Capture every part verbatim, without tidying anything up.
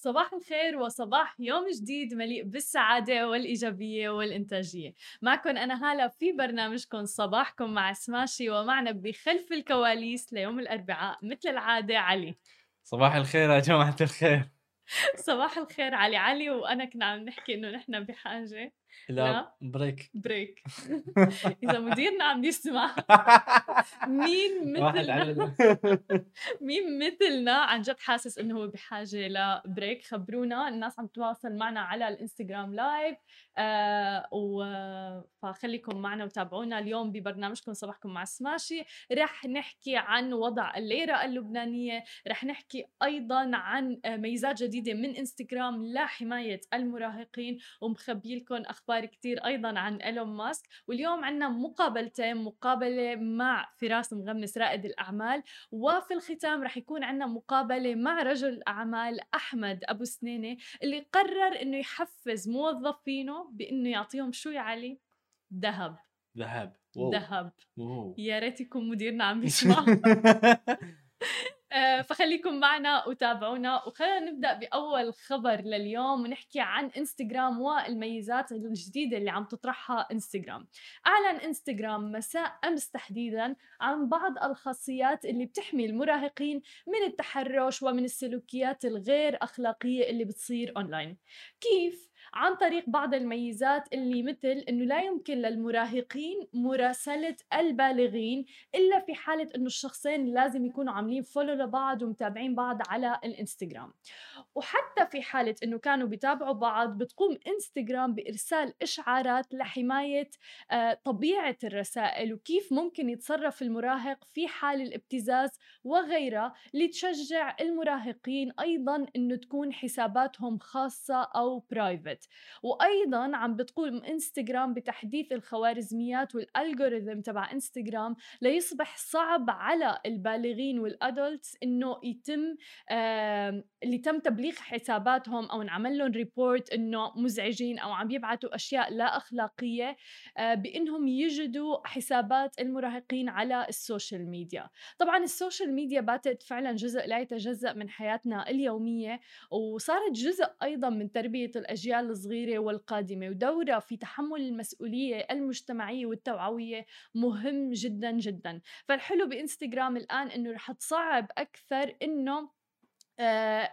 صباح الخير وصباح يوم جديد مليء بالسعادة والإيجابية والإنتاجية. معكم أنا هالة في برنامجكم صباحكم مع سماشي، ومعنا بخلف الكواليس ليوم الأربعاء مثل العادة علي. صباح الخير يا جماعة الخير. صباح الخير علي. علي وأنا كنا عم نحكي إنه نحن بحاجة لا بريك. بريك. إذا مديرنا عم يسمع مين واحد مثلنا على مين مثلنا عن جد حاسس انه هو بحاجه لبريك؟ خبرونا. الناس عم تتواصل معنا على الانستغرام لايف، آه و فخليكم معنا وتابعونا. اليوم ببرنامجكم صباحكم مع سماشي رح نحكي عن وضع الليره اللبنانيه، رح نحكي ايضا عن ميزات جديده من انستغرام لحمايه المراهقين، ومخبي لكم اخبار كتير ايضا عن إيلون ماسك. واليوم عندنا مقابلتين، مقابله مع فراس مغمس رائد الاعمال، وفي الختام رح يكون عنا مقابلة مع رجل الأعمال أحمد أبو سنينة اللي قرر إنه يحفز موظفينه بإنه يعطيهم شو يا علي؟ ذهب. ذهب. ذهب. واو. يا ريت يكون مديرنا عم يسمع. آه، فخليكم معنا وتابعونا، وخلينا نبدأ بأول خبر لليوم ونحكي عن انستغرام والميزات الجديدة اللي عم تطرحها انستغرام. أعلن انستغرام مساء أمس تحديدا عن بعض الخاصيات اللي بتحمي المراهقين من التحرش ومن السلوكيات الغير أخلاقية اللي بتصير أونلاين. كيف؟ عن طريق بعض الميزات اللي مثل إنه لا يمكن للمراهقين مراسلة البالغين إلا في حالة إنه الشخصين لازم يكونوا عاملين فولو لبعض ومتابعين بعض على الانستغرام. وحتى في حالة إنه كانوا بيتابعوا بعض بتقوم انستغرام بإرسال إشعارات لحماية آه، طبيعة الرسائل وكيف ممكن يتصرف المراهق في حال الابتزاز وغيرها، لتشجع المراهقين أيضا إنه تكون حساباتهم خاصة أو برايفت. وأيضا عم بتقوم انستغرام بتحديث الخوارزميات والألغوريثم تبع انستغرام ليصبح صعب على البالغين والأدولتس إنه يتم آه اللي تم تبليغ حساباتهم أو نعمل لهم ريبورت إنه مزعجين أو عم يبعتوا أشياء لا أخلاقية، آه بإنهم يجدوا حسابات المراهقين على السوشيال ميديا. طبعا السوشيال ميديا باتت فعلا جزء لا يتجزأ من حياتنا اليومية، وصارت جزء أيضا من تربية الأجيال الصغيرة والقادمة، ودورها في تحمل المسؤولية المجتمعية والتوعوية مهم جدا جدا. فالحلو بإنستغرام الآن إنه رح تصعب أكثر إنه آه،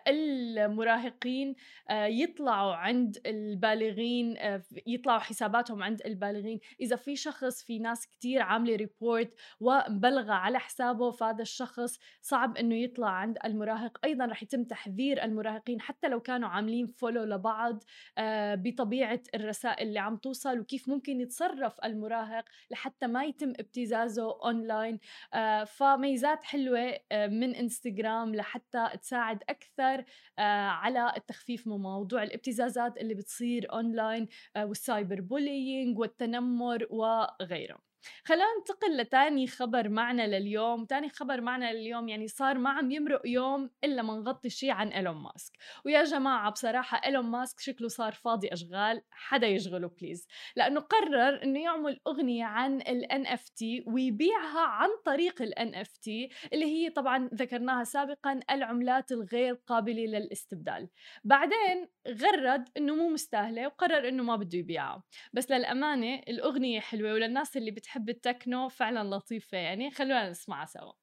المراهقين آه، يطلعوا عند البالغين، آه، يطلعوا حساباتهم عند البالغين. إذا في شخص، في ناس كتير عاملة ريبورت ومبلغة على حسابه، فهذا الشخص صعب إنه يطلع عند المراهق. أيضا رح يتم تحذير المراهقين حتى لو كانوا عاملين فولو لبعض آه، بطبيعة الرسائل اللي عم توصل وكيف ممكن يتصرف المراهق لحتى ما يتم ابتزازه أونلاين. آه، فميزات حلوة آه، من انستغرام لحتى تساعد أكثر آه، على التخفيف من موضوع الابتزازات اللي بتصير أونلاين، آه، والسايبر بولينج والتنمر وغيره. خلينا ننتقل لتاني خبر معنا لليوم. تاني خبر معنا لليوم يعني صار ما عم يمرق يوم إلا ما نغطي شيء عن إيلون ماسك. ويا جماعة بصراحة إيلون ماسك شكله صار فاضي أشغال، حدا يشغله بليز، لأنه قرر إنه يعمل أغنية عن ال إن إف تي ويبيعها عن طريق ال إن إف تي اللي هي طبعا ذكرناها سابقا العملات الغير قابلة للاستبدال. بعدين غرد إنه مو مستاهلة وقرر إنه ما بده يبيعها. بس للأمانة الأغنية حلوة، وللناس اللي بتحب التكنو فعلا لطيفة، يعني خلونا نسمعها سوا.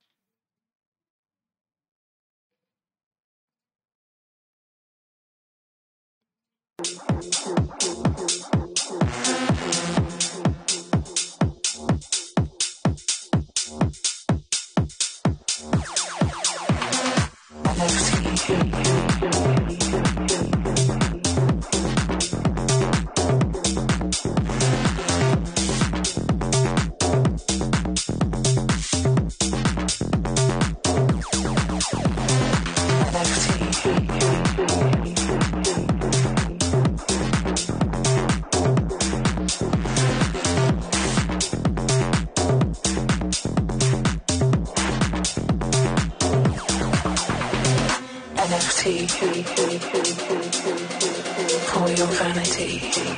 For your vanity,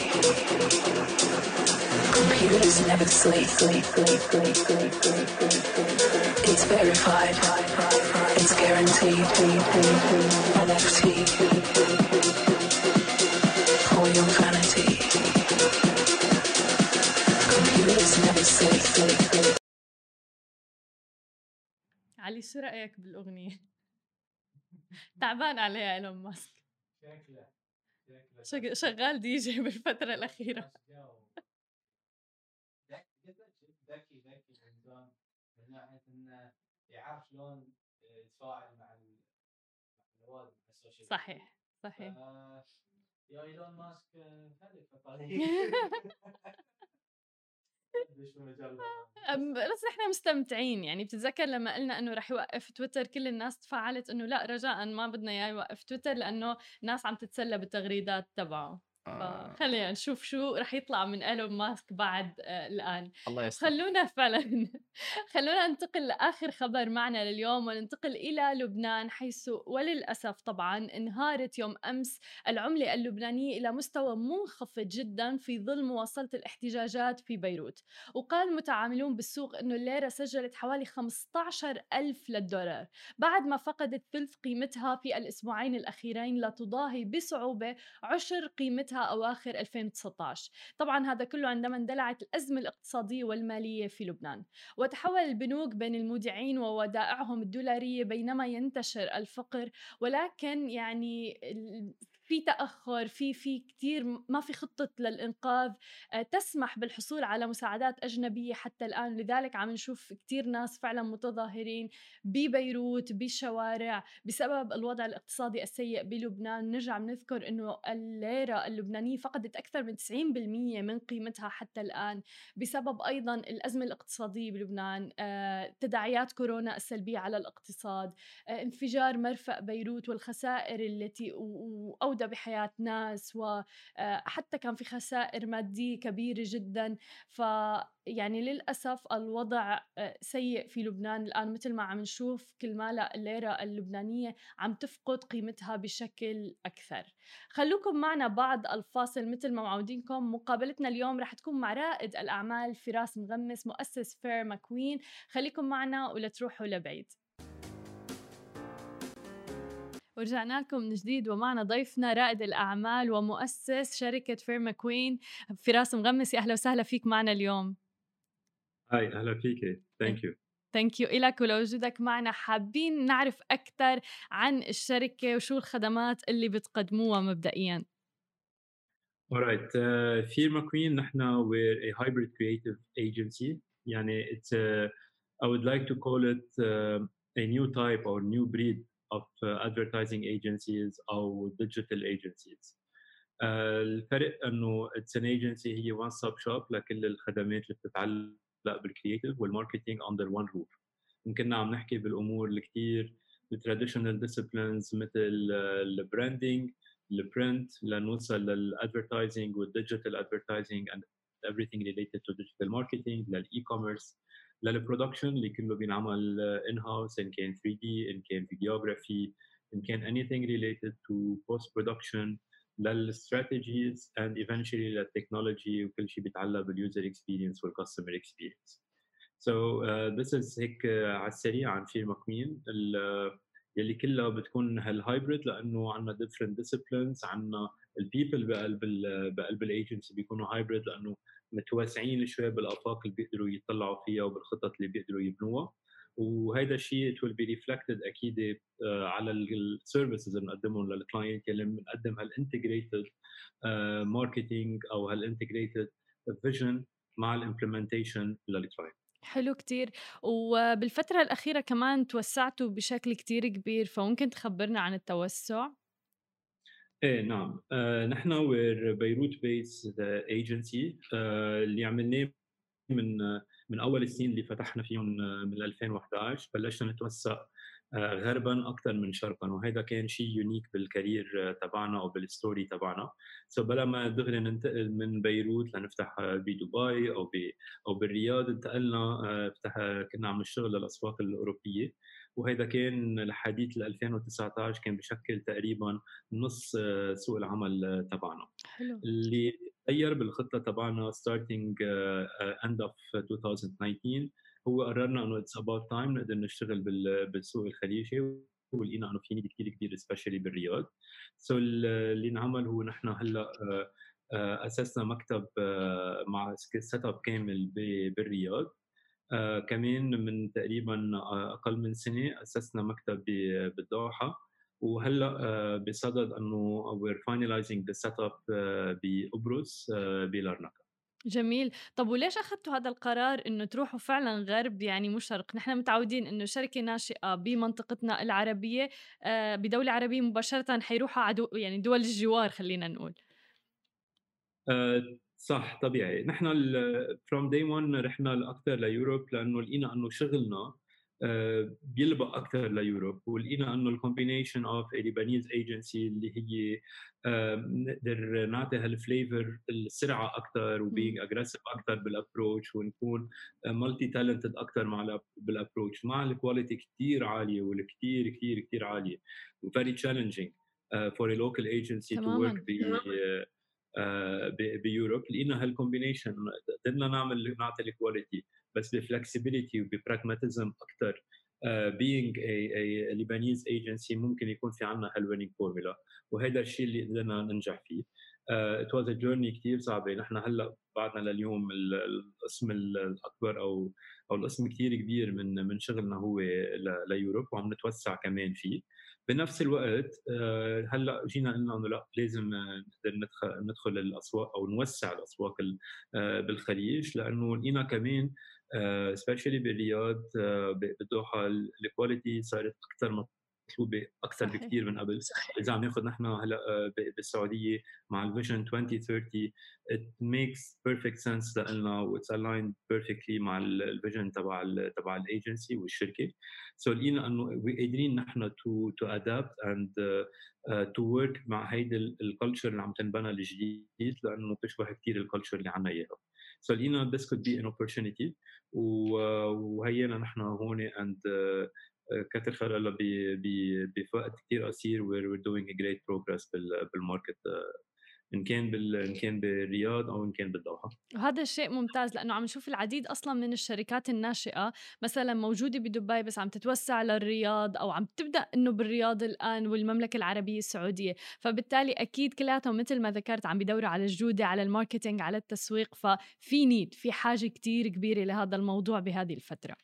computers never sleep. It's verified, it's guaranteed. N F T. علي شو رأيك بالأغنية؟ تعبان عليها إيلون ماسك. شكله شكله شغ- شغال دي جي بالفترة الأخيرة. ذكي ذكي انسان من ناحيه انه يعرف شلون يتفاعل مع النوادي على السوشيال. صحيح صحيح. يا ايلون ماسك خليك في الطريق. أم- بس نحن مستمتعين، يعني بتتذكر لما قلنا انه رح يوقف تويتر كل الناس تفاعلت انه لا رجاء ما بدنا اياه يوقف تويتر لانه الناس عم تتسلى بالتغريدات تبعه. فخلينا نشوف شو رح يطلع من ايلون ماسك بعد آه الان. الله يستر. خلونا فعلا خلونا ننتقل لاخر خبر معنا لليوم وننتقل الى لبنان، حيث وللاسف طبعا انهارت يوم امس العمله اللبنانيه الى مستوى منخفض جدا في ظل مواصله الاحتجاجات في بيروت. وقال متعاملون بالسوق انه الليره سجلت حوالي خمسة عشر ألف للدولار بعد ما فقدت ثلث قيمتها في الاسبوعين الاخيرين، لا تضاهي بصعوبه عشر قيمتها اواخر ألفين وتسعة عشر. طبعا هذا كله عندما اندلعت الازمه الاقتصاديه والماليه في لبنان، وتحول البنوك بين المودعين وودائعهم الدولاريه بينما ينتشر الفقر. ولكن يعني في تأخر، في في كتير ما في خطة للإنقاذ تسمح بالحصول على مساعدات أجنبية حتى الآن. لذلك عم نشوف كتير ناس فعلا متظاهرين ببيروت بالشوارع بسبب الوضع الاقتصادي السيء بلبنان. نرجع بنذكر إنه الليرة اللبنانية فقدت أكثر من تسعين بالمية من قيمتها حتى الآن بسبب أيضا الأزمة الاقتصادية بلبنان، تداعيات كورونا السلبية على الاقتصاد، انفجار مرفأ بيروت والخسائر التي أودى بحياة ناس، وحتى كان في خسائر مادية كبيرة جدا. فيعني للأسف الوضع سيء في لبنان الآن، مثل ما عم نشوف كل ما الليرة اللبنانية عم تفقد قيمتها بشكل أكثر. خلوكم معنا بعد الفاصل مثل ما معودينكم. مقابلتنا اليوم رح تكون مع رائد الأعمال فراس مغمس مؤسس فير ماكوين. خليكم معنا ولا تروحوا لبعيد. ورجعنا لكم من جديد ومعنا ضيفنا رائد الأعمال ومؤسس شركة فير ماكوين فراس مغمس. أهلا وسهلا فيك معنا اليوم. هاي أهلا فيك. ثانك يو. ثانك يو إلك ولوجودك معنا. حابين نعرف أكثر عن الشركة وشو الخدمات اللي بتقدموها مبدئياً. Alright, uh, Fear McQueen نحن we're a hybrid creative agency. يعني it's a, I would like to call it uh, a new type or new breed of uh, advertising agencies أو digital agencies. uh, الفرق إنه it's an agency هي one stop shop لكل الخدمات اللي بتتعلق بالكرياتيف والماركتينج under one roof. يمكننا عم نحكي بالأمور الكتير traditional disciplines مثل البراندينج البرنت لنوصل للادفرتايزنج والديجيتال ادفرتايزنج and everything related to digital marketing للاي كوميرس للبرودكشن اللي كله بينعمل ان هاوس ان كان ثري دي ان كان فيديوغرافي ان كان anything related to post production للستراتيجيز and eventually للتكنولوجي وكل شيء بيتعلق باليوزر اكسبيرينس والكاستمر اكسبيرينس. So uh, this is هيك uh, على السريع عن فير ماكوين يلي كلها بتكون هالهايبريد لانه عندنا different disciplines. عندنا البيبل بقلب بقلب الايجنسي بيكونوا هايبريد لانه متوسعين شوي بالافاق اللي بيقدروا يطلعوا فيها وبالخطط اللي بيقدروا يبنوها. وهذا الشيء it will be reflected اكيد على السيرفيسز اللي بنقدمهم للكلاينت يلي بنقدم هالانتجريتد ماركتينج او هالانتجريتد فيجن مع الامبلمنتيشن للكلاينت. حلو كتير. وبالفترة الأخيرة كمان توسعتوا بشكل كتير كبير، فممكن تخبرنا عن التوسع؟ ايه نعم. آه نحن we're Beirut based agency آه اللي عملناه من من اول السنين اللي فتحنا فيهم من ألفين وإحدى عشر بلشنا نتوسع غربا اكثر من شرقا، وهذا كان شيء يونيك بالكارير تبعنا او بالستوري تبعنا. سو بلا ما دغري ننتقل من بيروت لنفتح بدبي او ب او بالرياض، انتقلنا فتح كنا عم نشتغل للاسواق الاوروبيه، وهذا كان لحديث ألفين وتسعة عشر كان بشكل تقريبا نص سوق العمل تبعنا. حلو. اللي تغير بالخطه تبعنا ستارتنج اند اوف ألفين وتسعطعش هو قررنا انه اتس اباوت تايم نقدر نشتغل بالسوق الخليجي، ولقينا انه في نيد كثير كبير سبيشالي بالرياض. سو so اللي انعمل هو نحن هلا اسسنا مكتب مع سيت اب كامل بالرياض. آه، كمان من تقريبا آه، أقل من سنة أسسنا مكتب ب- بالدوحة، وهلا آه، بصدد انه we're finalizing the setup آه، بقبرص آه، بلارناكا. جميل. طب وليش أخدتوا هذا القرار إنه تروحوا فعلًا غرب يعني مو شرق؟ نحن متعودين إنه شركة ناشئة بمنطقتنا العربية آآ بدولة عربية مباشرةً حيروحوا على دو يعني دول الجوار خلّينا نقول. آه، صح طبيعي. نحن ال- from day one رحنا لاكثر ليوروب لانه لقينا انه شغلنا آه، بيلبق اكثر ليوروب، ولقينا انه الكومبينيشن اوف ليبانيز ايجنسي اللي هي آه، نقدر نعطي هالفليفر السرعه اكثر إمم. وبينج اجريسيف اكثر بالابروتش، ونكون مالتي تالنتد اكثر مع بالابروتش مع الكواليتي كثير عاليه والكثير كثير كثير عاليه وفيري تشالنجينج فور a local agency to work تمامًا. ب آه، ب- بيوروب. لقينا هالكومبينيشن قدرنا نعمل نعطي الكواليتي بس بفلكسبيليتي وببراغماتيزم اكثر. being a, a Lebanese agency ممكن يكون في عنا هالويننج فورمولا، وهذا الشيء اللي قدرنا ننجح فيه. uh, it was a journey كثير صعبه. نحن هلا بعدنا لليوم ال- القسم الاكبر او او القسم كثير كبير من من شغلنا هو ل- ليوروب، وعم نتوسع كمان فيه. بنفس الوقت آه، هلا جينا قلنا انه لا، لازم آه، نقدر ندخل ندخل الاسواق او نوسع الاسواق ال- آه، بالخليج، لانه لقينا كمان سبيشلي بالرياض آه، ب- بالدوحه الكواليتي صارت اكثر مطلوبه اكثر صحيح. بكثير من قبل. اذا عم ناخذ نحن هلا آه، ب- بالسعوديه مع الفيجن ألفين وثلاثين it makes perfect sense لنا و it's aligned perfectly مع الفيجن تبع ال تبع الايجنسي والشركه. سو لقينا انه قادرين نحن تو تو ادابت اند تو ورك مع هيدي الكالتشر اللي عم تنبنى الجديد، لانه بتشبه كثير الكالتشر اللي عنا اياها. سو لقينا this could be an opportunity، و- وهينا نحن هون اند كتر خير الله ب- ب- بوقت كثير قصير we're, we're doing a great progress بال- بالماركت، ان كان بال ان كان بالرياض او ان كان بالدوحه. وهذا الشيء ممتاز لأنه عم نشوف العديد أصلا من الشركات الناشئة مثلا موجودة بدبي بس عم تتوسع للرياض أو عم تبدأ إنه بالرياض الآن والمملكة العربية السعودية، فبالتالي أكيد كلياتهم مثل ما ذكرت عم بيدوروا على الجودة، على الماركتينج، على التسويق، ففي نيد، في حاجة كتير كبيرة لهذا الموضوع بهذه الفترة.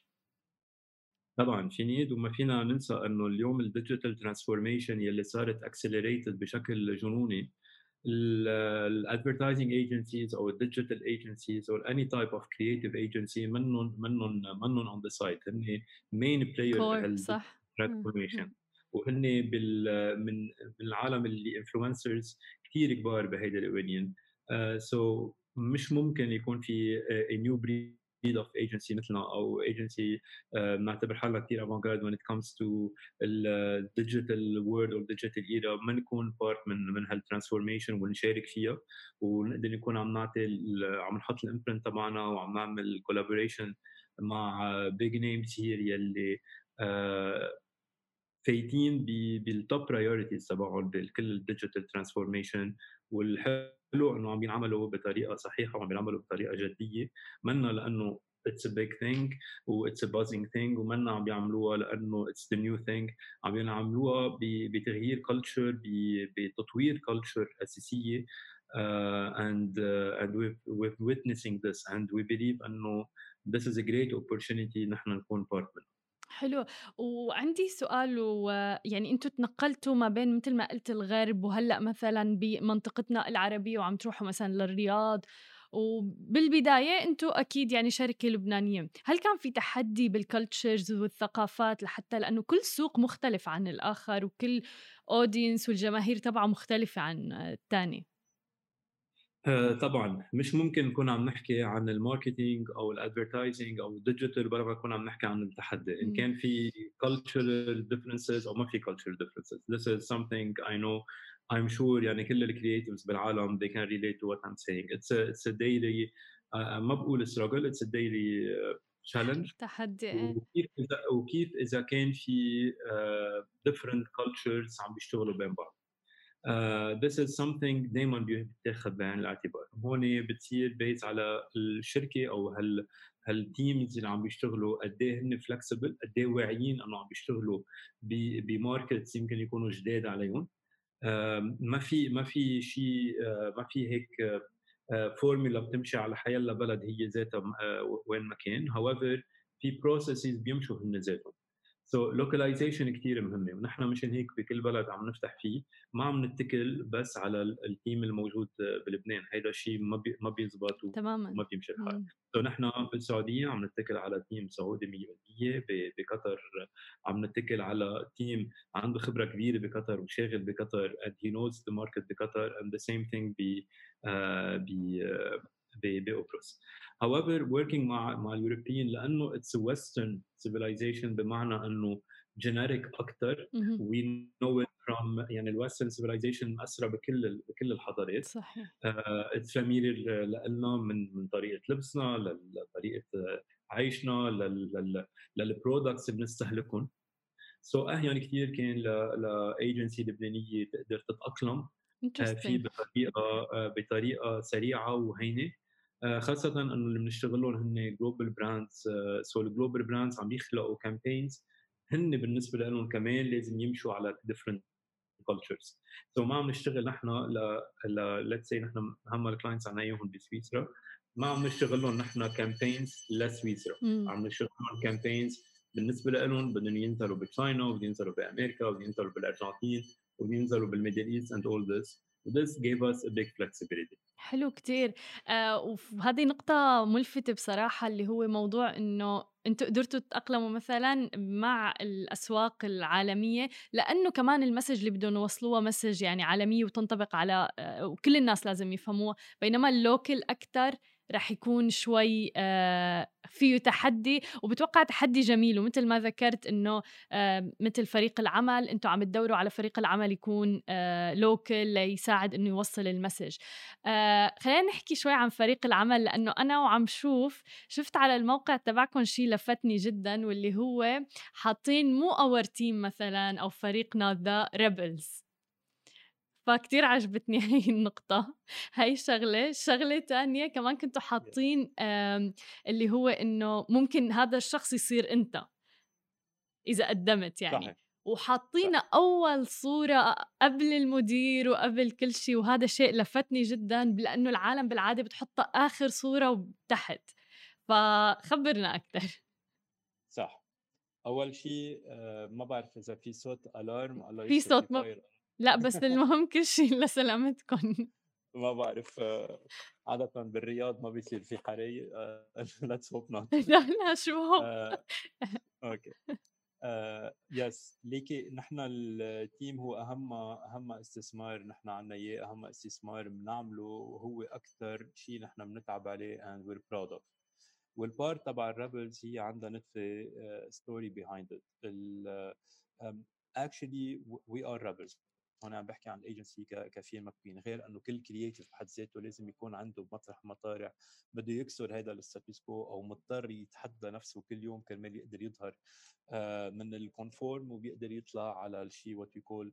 طبعا في نيد، وما فينا ننسى انه اليوم الديجيتال ترانسفورميشن يلي صارت اكسلريتد بشكل جنوني. الادفرتايزنج ايجنسيز او الديجيتال ايجنسيز او اني تايب اوف كرييتيف ايجنسي منهم منهم منهم اون ذا سايت، هن مين بلاير كور بهالديجيتال صح. مم. ترانسفورميشن. مم. وهن بال من من العالم اللي انفلونسرز كثير كبار بهيدي الاوبينيون. سو مش ممكن يكون في نيو بريد اوف ايجنسي مثلنا او ايجنسي بنعتبر حالنا كثير افانجارد when it comes to الديجيتال وورد او الديجيتال ايرا، ما نكون بارت من من هالترانسفورميشن ونشارك فيها، ونقدر نكون عم نعطي عم نحط الامبرنت تبعنا وعم نعمل كولابوريشن مع بيج نيمز كثير يلي آه، فايتين بالتوب برايورتيز تبعهم بكل الديجيتال ترانسفورميشن. والحلو انه عم بينعملوا بطريقه صحيحه وعم بينعملوا بطريقه جديه، منا لانه it's a big thing و it's a buzzing thing، ومنا عم بيعملوها لانه it's the new thing. عم بيعملوها بتغيير كلتشر، بتطوير كلتشر اساسيه. uh, and uh, and we've, we're witnessing this and we believe انه this is a great opportunity نحن نكون part منه. حلو. وعندي سؤال، ويعني أنتم تنقلتوا ما بين مثل ما قلت الغرب وهلأ مثلا بمنطقتنا العربية وعم تروحوا مثلا للرياض، وبالبداية أنتم أكيد يعني شركة لبنانية، هل كان في تحدي بالكالتشرز والثقافات لحتى لأنه كل سوق مختلف عن الآخر وكل أودينس والجماهير تبعه مختلفة عن الثاني؟ آه، طبعا مش ممكن نكون عم نحكي عن الماركتينج او الادفرتايزنج او الديجيتال بلا ما نكون عم نحكي عن التحدي، ان مم. كان في cultural differences او ما في cultural differences. This is something I know, I'm sure يعني كل الكرييتيفز بالعالم they can relate to what I'm saying. It's a, it's a daily uh, ما بقول struggle, it's a daily uh, challenge. تحدي إيه. وكيف اذا وكيف اذا كان في uh, different cultures عم بيشتغلوا بين بعض. Uh, this is something دائما بيتاخذ بعين الاعتبار. هون بتصير بيز على الشركه او هال هالتيمز اللي عم بيشتغلوا قد ايه هن فلكسبل، قد ايه واعيين انه عم بيشتغلوا بماركتس يمكن يكونوا جداد عليهم. آم، ما في ما في شيء آه، ما في هيك فورمولا بتمشي على حيلا بلد هي ذاتها آه، وين ما كان. however في بروسيسز بيمشوا هن ذاتهم. سو لوكاليزيشن كثير مهمه، ونحن مشان هيك بكل بلد عم نفتح فيه ما عم نتكل بس على التيم الموجود بلبنان، هيدا الشيء ما بي ما بيزبط تماما. وما بيمشي الحال. مم. سو نحن بالسعوديه عم نتكل على تيم سعودي مية بالمية، بقطر عم نتكل على تيم عنده خبره كبيره بقطر وشاغل بقطر and he knows the market بقطر and the same thing ب ب بقبرص. however working مع مع اليوروبيين لانه it's a western civilization بمعنى انه generic اكثر مهم. we know it from يعني الويسترن civilization مأثرة بكل بكل الحضارات. صحيح. اتس فاميليير لنا من من طريقه لبسنا لطريقه عيشنا للبرودكتس اللي بنستهلكهم. سو so اهين كثير كان لايجنسي لبنانيه تقدر تتاقلم فيه بطريقه بطريقه سريعه وهينه، خاصه انه اللي بنشتغلهم هن جلوبال براندز. سو الجلوبال براندز عم يخلقوا كامبينز هن بالنسبه لهم كمان لازم يمشوا على different cultures. سو so ما عم نشتغل نحن ل ل let's say نحن هم الكلاينتس عنا اياهم بسويسرا، ما عم نشتغل لهم نحن كامبينز لسويسرا، عم نشتغل لهم كامبينز بالنسبه لهم بدهم ينزلوا بتشاينا وبدهم ينزلوا بامريكا وبدهم ينزلوا بالارجنتين وبدهم ينزلوا بالميدل ايست and all this. This gave us a big flexibility. حلو كتير. آه وهذه نقطة ملفتة بصراحة، اللي هو موضوع إنه أنتوا قدرتوا تتأقلموا مثلا مع الأسواق العالمية، لأنه كمان المسج اللي بدهم يوصلوها مسج يعني عالمية وتنطبق على آه وكل الناس لازم يفهموها، بينما اللوكل أكتر رح يكون شوي آه فيه تحدي، وبتوقع تحدي جميل. ومثل ما ذكرت إنه آه مثل فريق العمل، أنتوا عم تدوروا على فريق العمل يكون آه لوكل ليساعد إنه يوصل المسج. آه خلينا نحكي شوي عن فريق العمل، لأنه أنا وعم شوف شفت على الموقع تبعكم شيء لفتني جدا، واللي هو حاطين مو اور تيم مثلا أو فريقنا ذا ريبلز، فكتير عجبتني هاي النقطة. هاي شغلة شغلة تانية كمان كنتوا حاطين اللي هو إنه ممكن هذا الشخص يصير أنت إذا قدمت يعني صحيح. وحاطين أول صورة قبل المدير وقبل كل شيء، وهذا شيء لفتني جدا لأنه العالم بالعادة بتحط آخر صورة وتحت، فخبرنا أكتر. صح. أول شيء ما بعرف إذا في صوت ألارم. الله في صوت ما... لا بس المهم كل شيء لسلامتكم. ما بعرف، عادة بالرياض ما بيصير في حريق. let's hope not. لا لا شو هو. أوكي. يس ليكي نحن التيم هو أهم أهم استثمار نحن عنا إياه، أهم استثمار بنعمله، وهو أكثر شيء نحن بنتعب عليه and we're proud of. والبارت تبع الريبلز هي عندها نتفة story behind it. ال um, actually we are rebels. هون عم بحكي عن الايجنسي كفير ماكوين، غير انه كل كرييتيف بحد ذاته لازم يكون عنده مطرح مطارح بده يكسر هذا الستاتس كو، او مضطر يتحدى نفسه كل يوم كرمال يقدر يظهر من الكونفورم وبيقدر يطلع على الشيء وات يو كول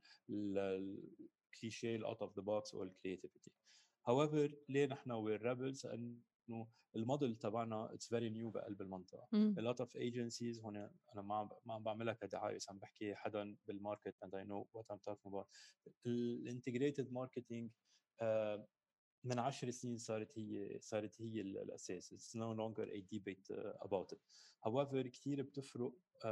الكليشيه الاوت اوف ذا بوكس او الكرياتيفيتي. however ليه نحن وير ريبلز؟ انه الموديل تبعنا اتس فيري نيو بقلب المنطقه. a lot of agencies هون انا ما ما عم بعملها كدعايه، بس عم بحكي حدا بالماركت and I know what I'm talking about. الانتجريتد ماركتينج من عشر سنين صارت هي صارت هي الاساس. it's no longer a debate about it. however كثير بتفرق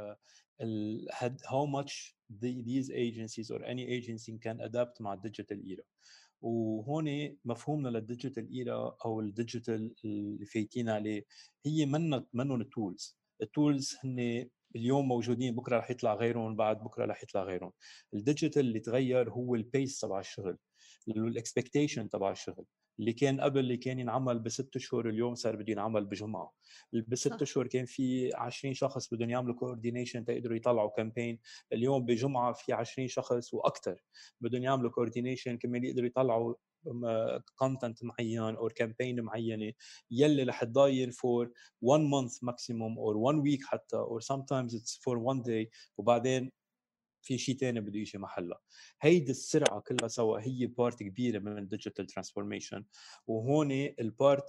uh, how much the, these agencies or any agency can adapt مع الديجيتال ايرا. وهون مفهومنا للديجيتال ايرا او الديجيتال اللي فايتين عليه هي من منهم التولز. التولز هن اليوم موجودين، بكره رح يطلع غيرهم، بعد بكره رح يطلع غيرهم. الديجيتال اللي تغير هو البيس تبع الشغل، الاكسبكتيشن تبع الشغل. اللي كان قبل اللي كان ينعمل بست شهور اليوم صار بده ينعمل بجمعه. بست شهور كان في عشرين شخص بدهم يعملوا كوردينيشن تقدروا يطلعوا كامبين، اليوم بجمعه في عشرين شخص واكثر بدهم يعملوا كوردينيشن كمان يقدروا يطلعوا كونتنت معين او كامبين معينه يلي رح تضايل for one month maximum or one week حتى or sometimes it's for one day، وبعدين في شيء تاني بده يجي محلها. هيدي السرعه كلها سوا هي بارت كبيره من الديجيتال ترانسفورميشن. وهون البارت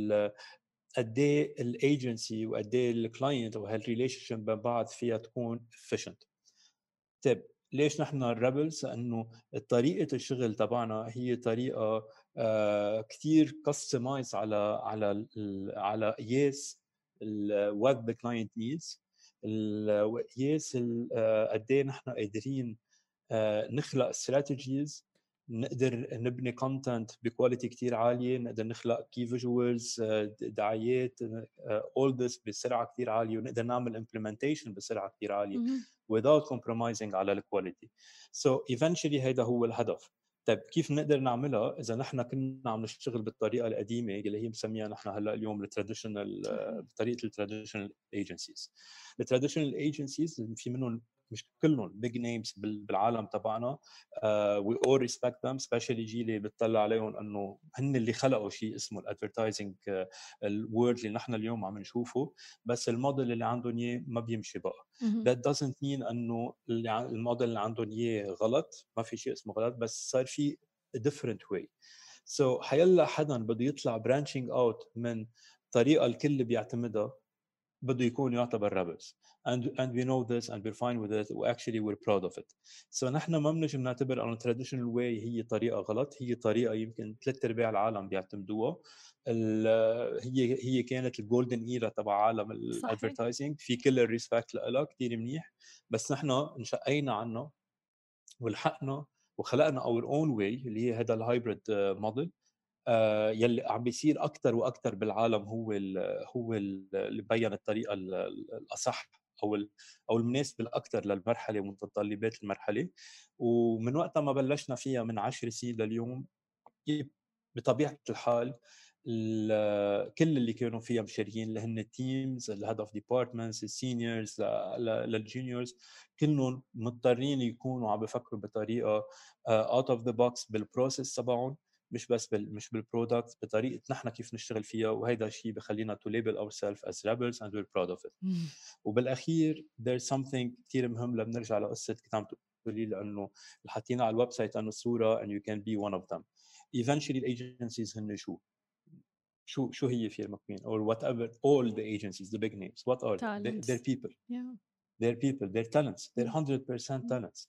قد ايه الايجنسي وقد ايه الكلاينت وهالريليشن شيب بين بعض فيها تكون efficient. طيب ليش نحن الريبلز؟ لانه طريقه الشغل تبعنا هي طريقه آه كثير كاستمايز على على على ياس ال what the client needs القياس قد ايه نحن قادرين نخلق strategies نقدر نبني content بكواليتي كتير عالية، نقدر نخلق key visuals دعايات all this بسرعة كتير عالية، ونقدر نعمل implementation بسرعة كتير عالية without compromising على الكواليتي. so eventually هيدا هو الهدف. طيب كيف نقدر نعملها اذا نحن كنا عم نشتغل بالطريقه القديمه اللي هي مسميها نحن هلا اليوم التراديشنال بطريقه التراديشنال ايجنسيز. التراديشنال ايجنسيز في منهم مش كلهم بيج نيمز بالعالم تبعنا وي اول ريسبكت ذم سبيشالي جيلي بتطلع عليهم انه هن اللي خلقوا شيء اسمه الادفرتايزنج الورد اللي نحن اليوم عم نشوفه، بس الموديل اللي عندهم اياه ما بيمشي بقى. that doesn't mean انه الموديل اللي عندهم اياه غلط، ما في شيء اسمه غلط، بس صار في a different way. so حيلا حدا بده يطلع branching out من طريقه الكل بيعتمدها بده يكون يعتبر rebels and and we know this and we're fine with it و actually we're proud of it. so نحن ما بنجي بنعتبر انه traditional way هي طريقه غلط، هي طريقه يمكن ثلاث ارباع العالم بيعتمدوها. هي هي كانت الجولدن ايرا تبع عالم الادفرتايزنج، في كل الريسبكت لها كثير منيح، بس نحن انشقينا عنه ولحقنا وخلقنا اور اون واي اللي هي هذا الهايبريد موديل آه يلي عم بيصير اكثر واكثر بالعالم. هو ال هو ال اللي بين الطريقه الاصح او او المناسبه الاكثر للمرحله ومتطلبات المرحله. ومن وقت ما بلشنا فيها من عشر سنين لليوم بطبيعه الحال كل اللي كانوا فيها مشاريين اللي هن التيمز الهيد اوف ديبارتمنتس السينيورز للجونيورز كلهم مضطرين يكونوا عم بفكروا بطريقه اوت اوف ذا بوكس بالبروسيس تبعهم، مش بس بال مش بالبرودكت، بطريقه نحن كيف نشتغل فيها. وهذا الشيء بخلينا to label ourselves as rebels and we're proud of it. وبالاخير there's something كثير مهم لما نرجع لقصه كنت عم تقولي لانه حاطين على الويب سايت انه صوره and you can be one of them. eventually the agencies هن شو شو شو هي Fear McQueen or whatever all the agencies the big names what are they? They're people. yeah. they're people they're talents they're one hundred percent talents.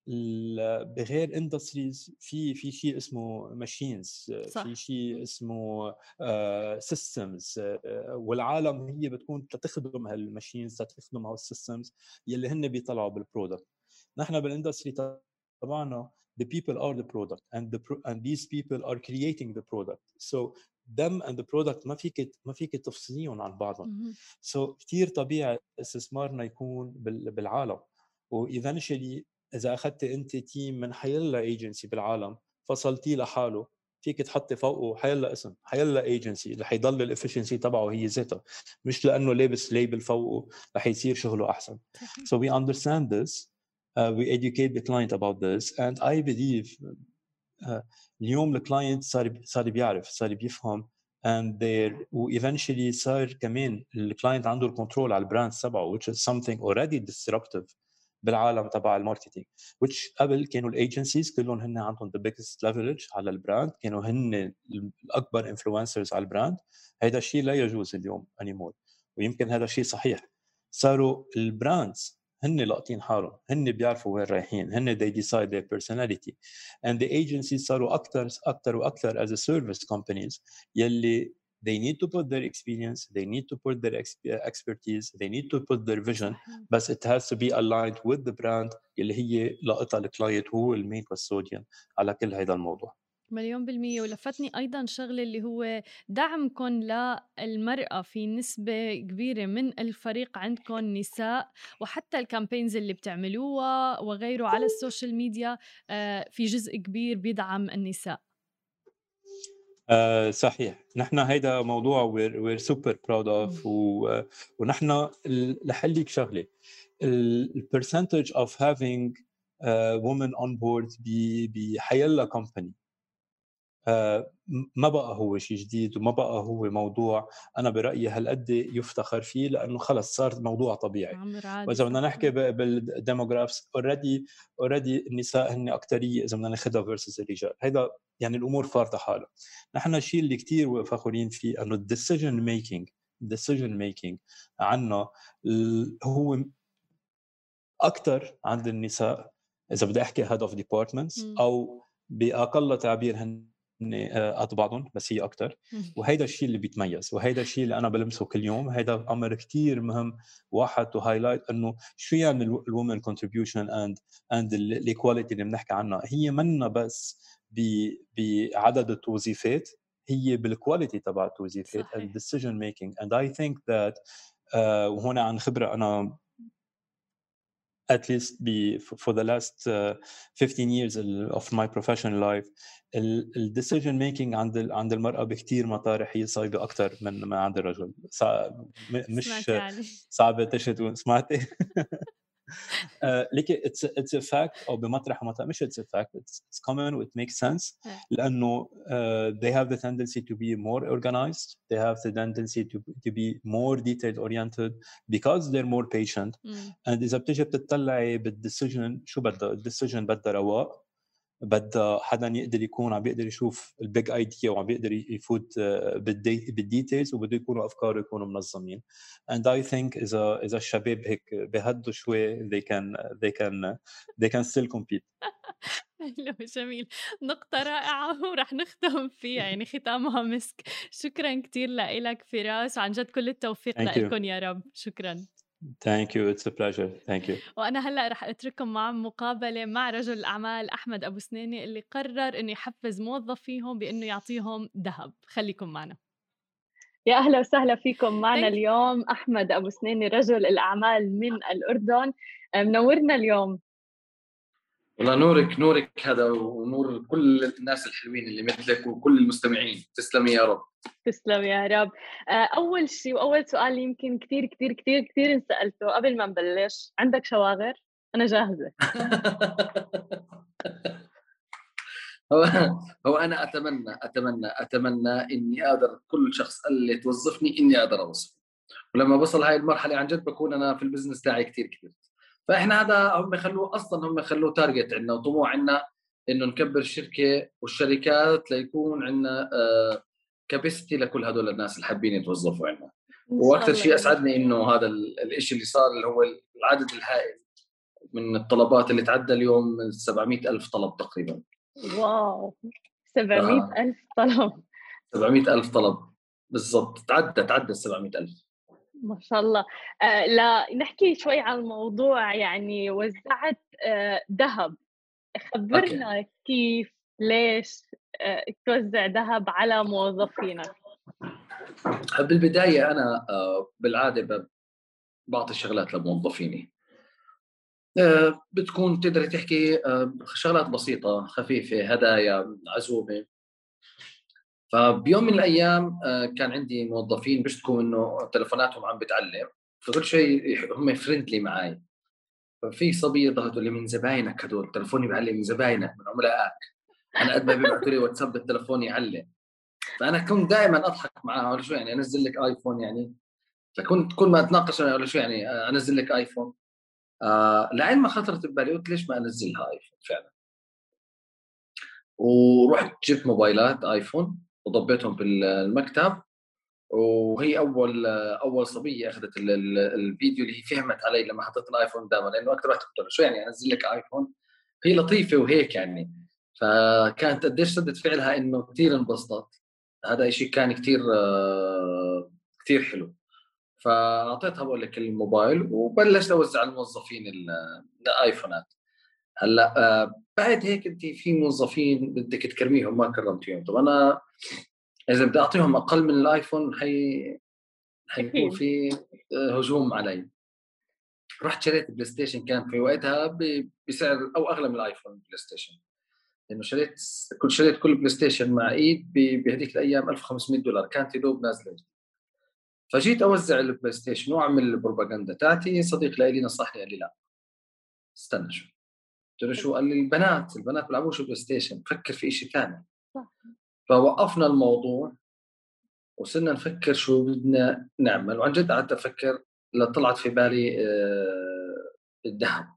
بغير industries في في شيء اسمه machines صح. في شيء اسمه uh, systems uh, والعالم هي بتكون تخدم هالماشينز تخدم هالsystems يلي هن بيطلعوا بالبرودكت. نحن بالاندستري تبعنا the people are the product and the pro and these people are creating the product. so them and the product ما فيك ما فيك تفصليهم عن بعضهم. so كثير طبيعي استثمارنا يكون بالعالم. و eventually إذا أخذت أنت تيم من حيلا ايجنسي بالعالم فصلتيه لحاله فيك تحطي فوقه حيلا اسم حيلا ايجنسي رح يضل الافشنسي تبعه هي ذاتها، مش لأنه لابس ليبل فوقه رح يصير شغله أحسن. so we understand this uh, we educate the client about this and I believe uh, اليوم الكلاينت صار صار بيعرف صار بيفهم and there eventually صار كمان الكلاينت عنده الكنترول على البراند تبعه which is something already disruptive بالعالم تبع الماركتينج. which قبل كانوا الايجنسيز كلهم هن عندهم the biggest leverage على البراند، كانوا هن الاكبر influencers على البراند. هذا الشيء لا يجوز اليوم anymore ويمكن هذا الشيء صحيح. صاروا البراندز هن لاقطين حالهم، هن بيعرفوا وين رايحين، هن they decide their personality and the agencies صاروا اكثر اكثر واكثر as a service companies يلي they need to put their experience, they need to put their expertise, they need to put their vision, but it has to be aligned with the brand اللي هي لاقطها الكلاينت هو المين custodian على كل هذا الموضوع. مليون بالمية. ولفتني أيضاً شغلة اللي هو دعمكم للمرأة في نسبة كبيرة من الفريق عندكم نساء، وحتى الكامبينز اللي بتعملوها وغيره على السوشيال ميديا في جزء كبير بيدعم النساء. Uh, صحيح. نحن هيدا موضوع we're, we're super proud of و, ونحن لحليك شغلة ال percentage of having uh, women on board بحيلا company uh, ما بقى هو شيء جديد وما بقى هو موضوع أنا برأيي هالقد يفتخر فيه لأنه خلص صار موضوع طبيعي. وإذا بدنا نحكي بالديموغرافس already already النساء هن أكترية إذا بدنا ناخدها versus الرجال. هيدا يعني الأمور فارطة حالها. نحن الشيء اللي كتير فخورين فيه أنه decision making decision making عنا هو أكتر عند النساء إذا بدي أحكي head of departments أو بأقل تعبير هن قد بعضهم بس هي اكثر، وهيدا الشيء اللي بيتميز، وهيدا الشيء اللي انا بلمسه كل يوم. هيدا امر كتير مهم واحد تو هايلايت، انه شو يعني الومن كونتريبيوشن اند اند الايكواليتي اللي بنحكي عنها. هي منا بس بعدد التوظيفات، هي بالكواليتي تبع التوظيفات and decision making. and I think that uh, وهنا عن خبرة أنا at least be for the last uh, fifteen years of my professional life, ال decision making عند عند المرأة بكتير مطارح هي صعبة أكتر من ما عند الرجل. صعب مش صعبة تشهد. سمعتي؟ لكن it's it's a fact أو بمطرح مطرح مش it's a fact, it's it's common و it makes sense لأنه uh, they have the tendency to be more organized, they have the tendency to to be more detail oriented because they're more patient. and إذا بتيجي بتطلعي بالديسيجن شو بدها الديسيجن بدها رواق، بدها حدا يقدر يكون عم بيقدر يشوف البيج ايديا وعم بيقدر يفوت بالديتيلز وبده يكونوا افكاره يكونوا منظمين. and I think اذا اذا الشباب هيك بهدوا شوي they can they can they can still compete. حلو جميل، نقطة رائعة ورح نختم فيها يعني ختامها مسك. شكرا كتير لك فراس، وعن جد كل التوفيق لكم يا رب. شكرا. Thank you, it's a pleasure. Thank you. وأنا هلأ رح أترككم مع مقابلة مع رجل الأعمال أحمد أبو سنينة اللي قرر إنه يحفز موظفيهم بإنه يعطيهم ذهب. خليكم معنا. يا أهلا وسهلا فيكم معنا اليوم أحمد أبو سنينة رجل الأعمال من الأردن. منورنا اليوم. والله نورك نورك هذا ونور كل الناس الحلوين اللي مثلك وكل المستمعين. تسلمي يا رب. تسلم يا رب. أول شيء وأول سؤال يمكن كتير كتير كتير كتير نسألته قبل ما نبلش، عندك شواغر؟ أنا جاهزة. هو هو أنا أتمنى أتمنى أتمنى إني أقدر كل شخص اللي توظفني إني أقدر أوظفه، ولما بصل هاي المرحلة عن جد بكون أنا في البزنس تاعي كتير كتير. فإحنا هذا هم يخلوه أصلاً هم يخلوه تارجت عنا وطموح عنا إنه نكبر الشركة والشركات ليكون عنا آه كابستي لكل هدول الناس اللي حابين يتوظفوا عنا. وأكثر شيء أسعدني إنه هذا الإشي اللي صار اللي هو العدد الهائل من الطلبات اللي تعدى اليوم سبعمئة ألف طلب تقريباً. واو سبعمئة ألف طلب. سبعمئة ألف طلب بالضبط، تعدى تعدى سبعمئة ألف ما شاء الله. آه لا نحكي شوي عن الموضوع، يعني وزعت آه ذهب، خبرنا أوكي. كيف ليش آه توزع ذهب على موظفينك؟ بالبداية أنا آه بالعادة بعطي شغلات لموظفيني، آه بتكون تقدر تحكي آه شغلات بسيطة خفيفة، هدايا، عزومة. فبيوم من الأيام كان عندي موظفين بيشتكوا إنه تلفوناتهم عم بتعلم، فكل شيء هم فريندلي معي. ففي صبية ضغطوا لي من زباينك هدول، تلفوني بيعلم من زباينك من عملائك، أنا قد ما بيبعتوا لي واتساب التلفون يعلم. فأنا كنت دائما أضحك معها ولا شو يعني أنزل لك آيفون يعني، فكنت كل ما أتناقش ولا شو يعني أنزل لك آيفون. آه لعين ما خطرت ببالي قلت ليش ما أنزلها آيفون فعلا، ورحت جبت موبايلات آيفون وضبيتهم بالمكتب. وهي اول اول صبيه اخذت الفيديو اللي هي فهمت علي لما حطيت الايفون قدامها، لانه اكثر واحد قلت له شو يعني انزل لك ايفون، هي لطيفه وهيك يعني. فكانت قديش ردة فعلها انه كثير انبسطت، هذا شيء كان كثير كثير حلو. فاعطيتها بقول لك الموبايل وبلشت اوزع على الموظفين الايفونات. هلا بعد هيك انت في موظفين بدك تكرميهم ما كرمتيهم، طب انا إذا بدي أعطيهم أقل من الآيفون حي حيكون في هجوم علي. رحت شريت بلاي ستيشن كان في وقتها بسعر أو أغلى من الآيفون بلاي ستيشن، لأنه شريت كل شريت كل بلاي ستيشن مع إيد بهذيك الأيام ألف وخمسمئة دولار، كانت يدوب نازلة. فجيت أوزع البلاي ستيشن وأعمل البروباغندا تاعتي. صديق لي نصحني قال لي لا استنى شو، قلت له شو؟ قال لي البنات البنات بيلعبوش بلاي ستيشن، فكر في إشي ثاني. فوقفنا الموضوع وصرنا نفكر شو بدنا نعمل، وعن جد قعدت أفكر لطلعت في بالي الذهب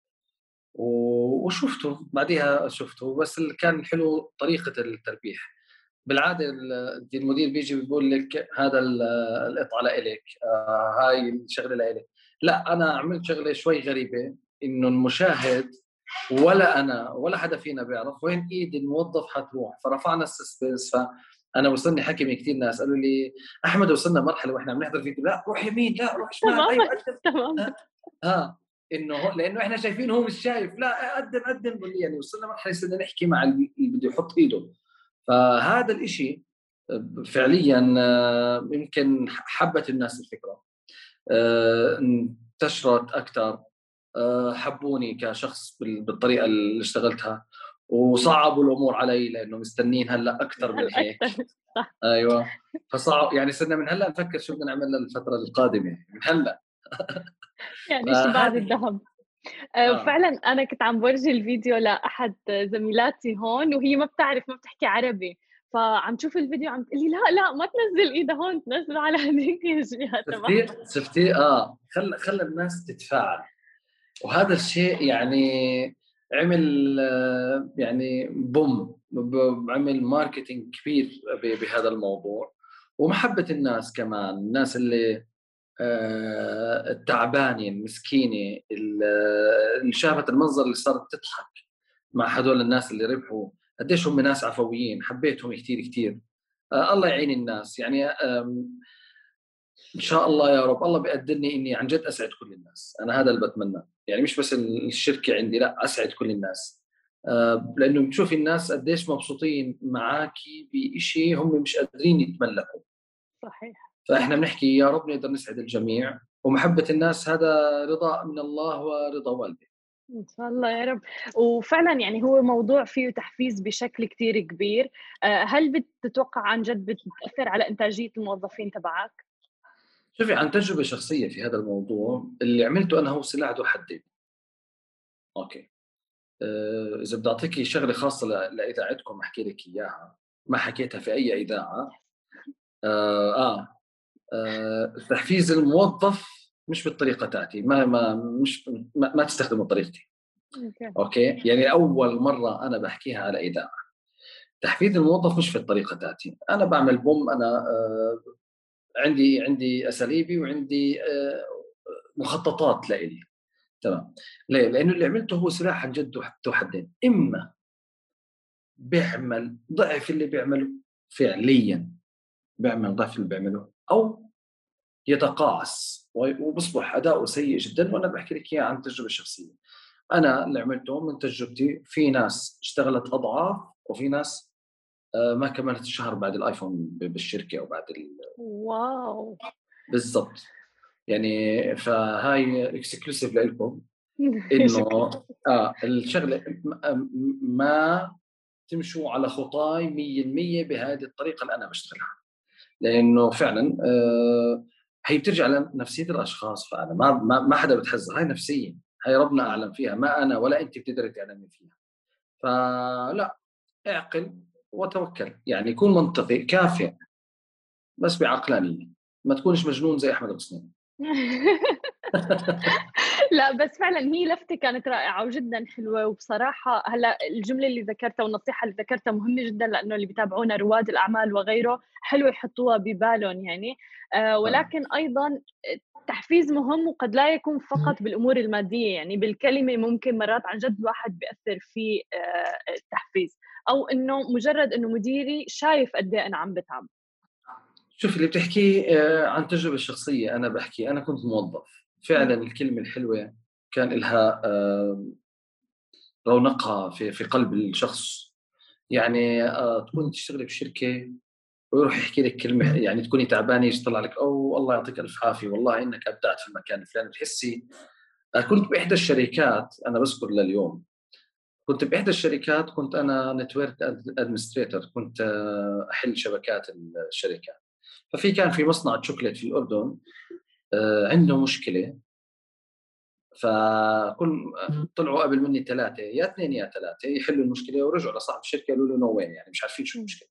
وشفته بعدها شفته. بس اللي كان حلو طريقة التربيح. بالعادة المدير بيجي بيقول لك هذا القطعة لإلك، هاي الشغلة لإلك. لا أنا عملت شغلة شوي غريبة، إنه المشاهد ولا انا ولا حدا فينا بيعرف وين ايد الموظف حتروح. فرفعنا السسبنس. فانا وصلني حكي من كثير ناس قالوا لي احمد وصلنا مرحله واحنا عم نحضر فيديو لا روح يمين لا روح شمال تماما ايوه قدم تماما. ها انه لانه احنا شايفين هو مش شايف لا قدم قدم بقول لي يعني وصلنا مرحله صرنا نحكي مع اللي بده يحط ايده. فهذا الاشي فعليا آه، يمكن حبت الناس الفكره آه، انتشرت اكثر آه، حبوني كشخص بال- بالطريقه اللي اشتغلتها وصعبوا الامور علي لانه مستنين هلا اكثر من هيك. أكثر صح. ايوه فصعب يعني صرنا من هلا نفكر شو بدنا نعمل للفتره القادمه من هلا. يعني شبعت فهذه الذهب. آه، اه فعلا أنا كنت عم برجي الفيديو لأحد زميلاتي هون وهي ما بتعرف ما بتحكي عربي، فعم تشوف الفيديو عم تقول لي لا لا ما تنزل ايدها هون تنزله على هذيك الجهه تبعها. شفتي شفتي اه خلى خلى الناس تتفاعل. وهذا الشيء يعني عمل آه، يعني بوم ب- عمل ماركتينج كبير ب- بهذا الموضوع. ومحبة الناس كمان الناس اللي آه، التعبانة المسكينة اللي شافت المنظر اللي صارت تضحك مع هدول الناس اللي ربحوا قديش هم ناس عفويين حبيتهم كثير كثير. آه، الله يعين الناس يعني آم، ان شاء الله يا رب الله بيقدرني اني عن جد اسعد كل الناس. انا هذا اللي بتمناه يعني مش بس الشركه عندي لا اسعد كل الناس آه، لانه بتشوفي الناس قديش مبسوطين معاكي بشيء هم مش قادرين يتملكوا. صحيح. فاحنا بنحكي يا رب نقدر نسعد الجميع ومحبه الناس هذا رضا من الله ورضا والدي. ان شاء الله يا رب. وفعلا يعني هو موضوع فيه تحفيز بشكل كتير كبير. آه، هل بتتوقع عن جد بتأثر على إنتاجية الموظفين تبعك؟ شوفي عن تجربه شخصيه في هذا الموضوع اللي عملته انا هو سلاح ذو حدين. اوكي آه، اذا بدي اعطيكي شغله خاصه ل- لاذاعتكم احكي لك اياها ما حكيتها في اي اذاعه. آه, آه, آه تحفيز الموظف مش بالطريقه تاعتي ما ما مش ما, ما تستخدموا طريقتي. اوكي. اوكي يعني اول مره انا بحكيها على اذاعه. تحفيز الموظف مش في الطريقه تاعتي. انا بعمل بوم انا آه عندي عندي اساليبي وعندي آه مخططات لإلي. تمام ليه؟ لانه اللي عملته هو سلاح عن جد ذو حدين. اما بيعمل ضعف اللي بيعمله فعليا بيعمل ضعف اللي بيعمله او يتقاعس وبصبح اداؤه سيء جدا. وانا بحكي لك اياه عن تجربه شخصيه. انا اللي عملته من تجربتي في ناس اشتغلت اضعاف وفي ناس ما كملت الشهر بعد الايفون بالشركه او بعد ال... واو. بالضبط يعني فهاي اكسكلوسيف لكم انه اه الشغله ما تمشوا على خطاي مية بالمية بهذه الطريقه اللي انا بشتغلها. لانه فعلا آه هي بترجع لنفسيه الاشخاص. فانا ما ما, ما حدا بتحزها هاي نفسيه هاي ربنا اعلم فيها ما انا ولا انت بتقدري تعلمي فيها. فلا اعقل وتوكل يعني يكون منطقي كافئ بس بعقلانيه ما تكونش مجنون زي احمد الغسنين. لا بس فعلا هي لفتة كانت رائعة وجدا حلوة. وبصراحة هلا الجملة اللي ذكرتها والنصيحة اللي ذكرتها مهمة جدا لأنه اللي بيتابعونا رواد الأعمال وغيره حلو يحطوها ببالهم يعني. آه ولكن أيضا التحفيز مهم وقد لا يكون فقط بالأمور المادية يعني بالكلمة ممكن مرات عن جد الواحد بيأثر في آه التحفيز أو إنه مجرد إنه مديري شايف قد إيه أنا عم بتعب. شوف اللي بتحكيه عن تجربة شخصية. أنا بحكي أنا كنت موظف فعلا الكلمة الحلوة كان لها رونقها في في قلب الشخص. يعني تكون تشتغلي بشركة ويروح يحكي لك كلمة يعني تكوني تعبانة يطلع لك أو الله يعطيك ألف عافية والله إنك أبدعت في المكان الفلاني. تحسي كنت بإحدى الشركات أنا بذكر لليوم كنت بإحدى الشركات كنت أنا نتورك أدمنستريتور كنت أحل شبكات الشركات. ففي كان في مصنع شوكليت في الأردن عنده مشكلة. فكل طلعوا قبل مني ثلاثة يا اثنين يا ثلاثة يحلوا المشكلة ورجعوا لصاحب الشركة قالوا له نو وين يعني مش عارفين شو المشكلة.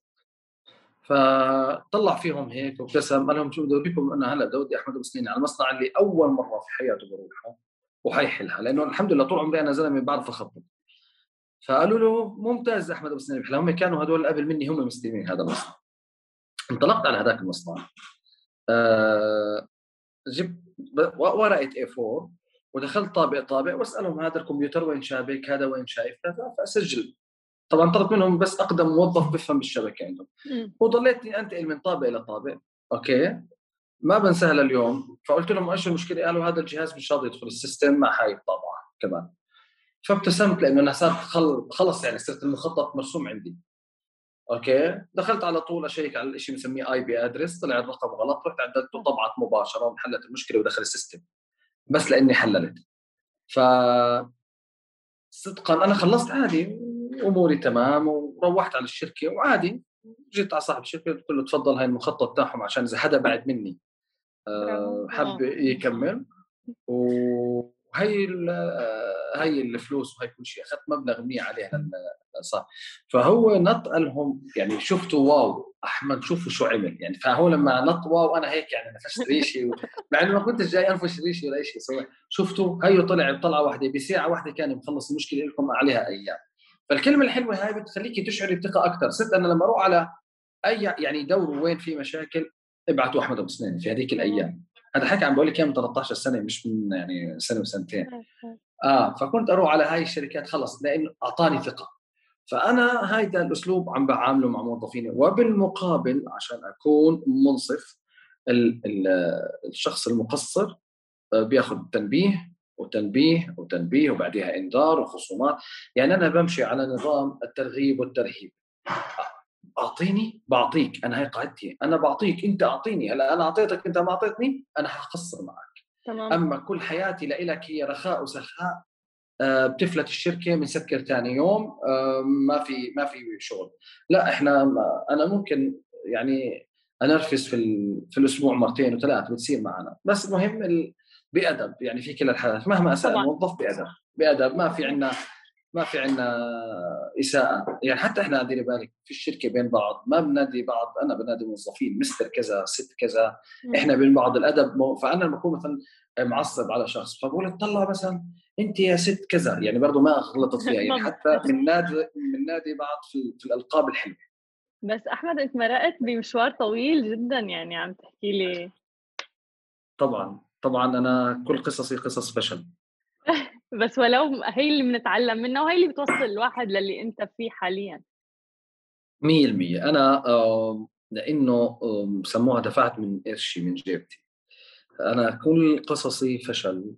فطلع فيهم هيك وابتسم قال لهم شو بدي أقول لكم أنا هلا بدي أحمد الغسنين على المصنع اللي أول مرة في حياته بروحه وحيحلها لأنه الحمد لله طول عمري أنا زلمة بعرف أخطط. فقالوا له ممتاز أحمد الغسنين بحلها. هم كانوا هدول قبل مني هم مستلمين هذا المصنع. انطلقت على هذاك المصنع أه جبت ورقة إيه فور ودخلت طابق طابق واسالهم هذا الكمبيوتر وين شابك، هذا وين شايف كذا، فاسجل. طبعا طلبت منهم بس اقدم موظف بفهم بالشبكه عندهم، وضليتني انتقل من طابق الى طابق. اوكي ما بنساها لليوم. فقلت لهم ايش المشكله؟ قالوا هذا الجهاز مش راضي يدخل السيستم، ما حيطبع كمان. فابتسمت لانه انا صار خلص يعني صرت المخطط مرسوم عندي. اوكي دخلت على طول اشيك على الشيء بنسميه اي بي ادرس، طلع الرقم غلط، رحت عدلته طبعت مباشره وانحلت المشكله ودخل السيستم بس لاني حللت. ف صدقا انا خلصت عادي اموري تمام وروحت على الشركه وعادي. جيت على صاحب الشركه قلت له تفضل هاي المخطط تاعهم عشان اذا حدا بعد مني أه حب يكمل. وهي هي الفلوس وهي كل شيء اخذت مبلغ منيح عليها صح. فهو نط لهم يعني شفتوا واو احمد شوفوا شو عمل يعني. فهو لما نط واو انا هيك يعني نفشت ريشي مع انه ما كنتش جاي انفش ريشي ولا شيء سوى. شفتوا هي طلع طلعه واحده بساعه واحده كان مخلص المشكله لكم عليها ايام. فالكلمه الحلوه هاي بتخليكي تشعري بثقه اكثر. صرت انا لما اروح على اي يعني دور وين في مشاكل ابعتوا احمد ابو سنين في هذيك الايام. هذا حكي عم بقول لك من ثلاثة عشر سنه مش من يعني سنه وسنتين. اه فكنت اروح على هاي الشركات خلص لانه اعطاني ثقه. فانا هيدا الاسلوب عم بعامله مع موظفيني. وبالمقابل عشان اكون منصف ال ال الشخص المقصر بياخذ تنبيه وتنبيه وتنبيه وبعدها انذار وخصومات. يعني انا بمشي على نظام الترغيب والترهيب. اعطيني بعطيك، انا هي قاعدتي، انا بعطيك انت اعطيني. هلا انا اعطيتك انت ما اعطيتني انا حقصر معك. تمام. اما كل حياتي لإلك هي رخاء وسخاء. أه بتفلت الشركه بنسكر ثاني يوم. أه ما في ما في شغل. لا احنا انا ممكن يعني انرفز في في الاسبوع مرتين وثلاث بتصير معنا. بس المهم ال... بادب يعني في كل الحالات مهما اساء الموظف بادب بادب. ما في عندنا ما في عندنا إساءة. يعني حتى إحنا ديري بالك في الشركة بين بعض ما بنادي بعض. أنا بنادي موظفين مستر كذا ست كذا. إحنا بين بعض الأدب مو... فأنا لما بكون مثلا معصب على شخص فبقول طلع مثلا أنت يا ست كذا يعني برضو ما غلطت فيها. يعني حتى من نادي من نادي بعض في, في الألقاب الحلوة. بس أحمد أنت مرقت بمشوار طويل جدا يعني عم تحكي لي. طبعا طبعا أنا كل قصصي قصص فشل. بس ولو هي اللي بنتعلم منها وهي اللي بتوصل الواحد للي انت فيه حاليا. مية بالمية. انا لانه سموها دفعت من قرشي من جيبتي. انا كل قصصي فشل.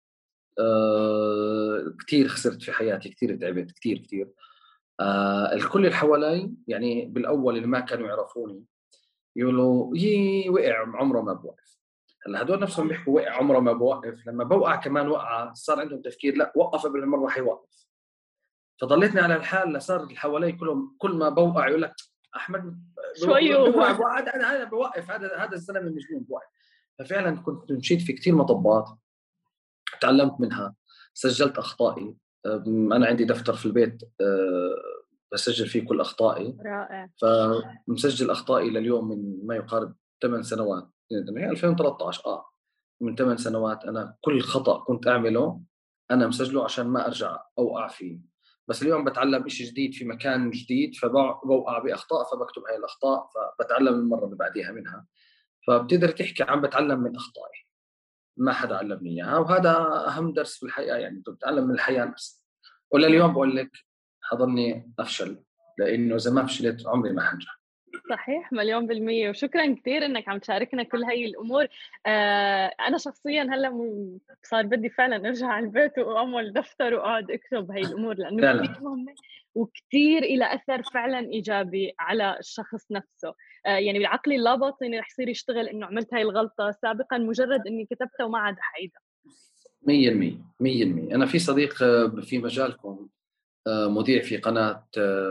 أه كتير خسرت في حياتي، كتير تعبت كتير كتير. أه الكل اللي حوالي يعني بالاول اللي ما كانوا يعرفوني يقولوا يي وقع عمره ما بوقف. هلا هدول نفسهم بيحكوا وقع عمره ما بوقف. لما بوقع كمان وقعه صار عندهم تفكير لا وقف قبل المره حيوقف. فضليتني على الحال لصار اللي حوالي كلهم كل ما بوقع يقول لك احمد شوي بوقع انا انا بوقف هذا هذا الزلمه المجنون بوقف. ففعلا كنت مشيت في كثير مطبات تعلمت منها. سجلت اخطائي. انا عندي دفتر في البيت بسجل فيه كل اخطائي. رائع. فمسجل اخطائي لليوم من ما يقارب ثمان سنوات يعني ألفين وثلاثة عشر اه من ثمان سنوات. انا كل خطا كنت اعمله انا مسجله عشان ما ارجع اوقع فيه. بس اليوم بتعلم شيء جديد في مكان جديد فبوقع باخطاء فبكتب هاي الاخطاء فبتعلم المره اللي بعديها منها. فبتقدر تحكي عم بتعلم من اخطائي ما حدا علمني اياها. وهذا اهم درس في الحياه يعني بتتعلم من الحياه نفسها. ولا اليوم بقول لك حضرني افشل لانه اذا ما فشلت عمري ما حنجح. صحيح مليون بالمية. وشكرا كثير انك عم تشاركنا كل هاي الامور. آه انا شخصيا هلا م... صار بدي فعلا ارجع على البيت واعمل دفتر واقعد اكتب هاي الامور لانه كثير مهمه وكثير إلى اثر فعلا ايجابي على الشخص نفسه. آه يعني بالعقل اللاباطني رح يصير يشتغل انه عملت هاي الغلطه سابقا مجرد اني كتبتها وما عاد حعيدها. مية بالمية مية بالمية. انا في صديق في مجالكم مذيع في قناه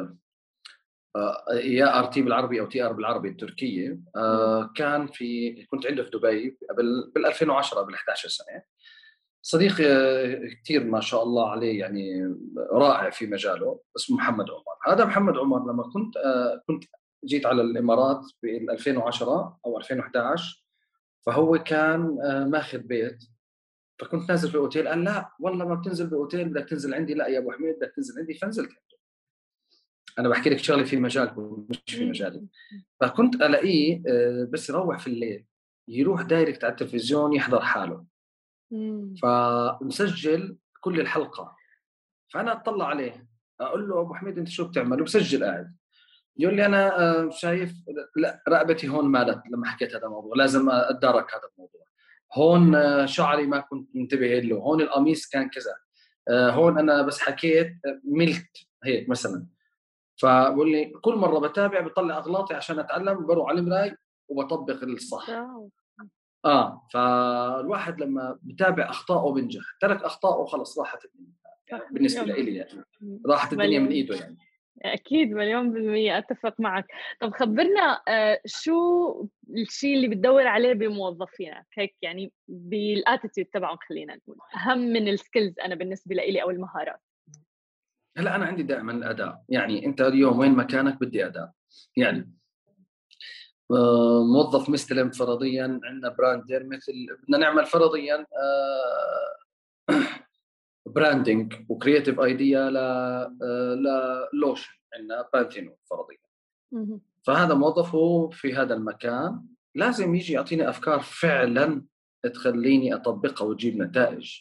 يا ار تي بالعربي او تي ار بالعربي التركيه. آه كان في كنت عنده في دبي قبل بال ألفين وعشرة قبل إحدى عشرة سنه. صديق كثير ما شاء الله عليه يعني رائع في مجاله اسمه محمد عمر. هذا محمد عمر لما كنت آه كنت جيت على الامارات بال ألفين وعشرة او ألفين وإحدى عشر فهو كان آه ماخذ بيت. فكنت نازل في اوتيل قال لا والله ما بتنزل باوتيل بدك تنزل عندي. لا يا ابو حميد بدك تنزل عندي. فنزلت. أنا بحكي لك شغلي في مجالكم مش في مجالي. فكنت ألاقيه بس يروح في الليل يروح دايركت على التلفزيون يحضر حاله. إمم. فمسجل كل الحلقه. فانا اطلع عليه اقول له ابو حميد انت شو بتعمل؟ ومسجل قاعد. يقول لي انا آه، شايف لا رقبتي هون مالت لما حكيت هذا الموضوع، لازم اتدارك هذا الموضوع. هون آه، شعري ما كنت منتبه له، هون القميص كان كذا، آه، هون انا بس حكيت آه، ملت هيك مثلا. فبقول لي كل مره بتابع بطلع اغلاطي عشان اتعلم، بروح على المراي وبطبق الصح. واو. اه فالواحد لما بتابع اخطائه بنجح، ترك اخطائه خلص راحت الدنيا يعني صح، بالنسبه مليون لي يعني بالمية. راحت الدنيا من مليون ايده يعني. أكيد مليون بالمية أتفق معك. طب خبرنا آه، شو الشيء اللي بتدور عليه بموظفينك هيك يعني بالاتيتيود تبعهم، خلينا نقول أهم من السكيلز أنا بالنسبة لي أو المهارات. هلا انا عندي دائما الاداء، يعني انت اليوم وين مكانك بدي اداء. يعني آه، موظف مستلم فرضيا عندنا براندر مثل بدنا نعمل فرضيا آه، براندنج وكرياتيف ايديا ل آه، للوشن عندنا بانتينو فرضيا. مهم. فهذا موظف هو في هذا المكان لازم يجي يعطيني افكار فعلا تخليني اطبقها وتجيب نتائج.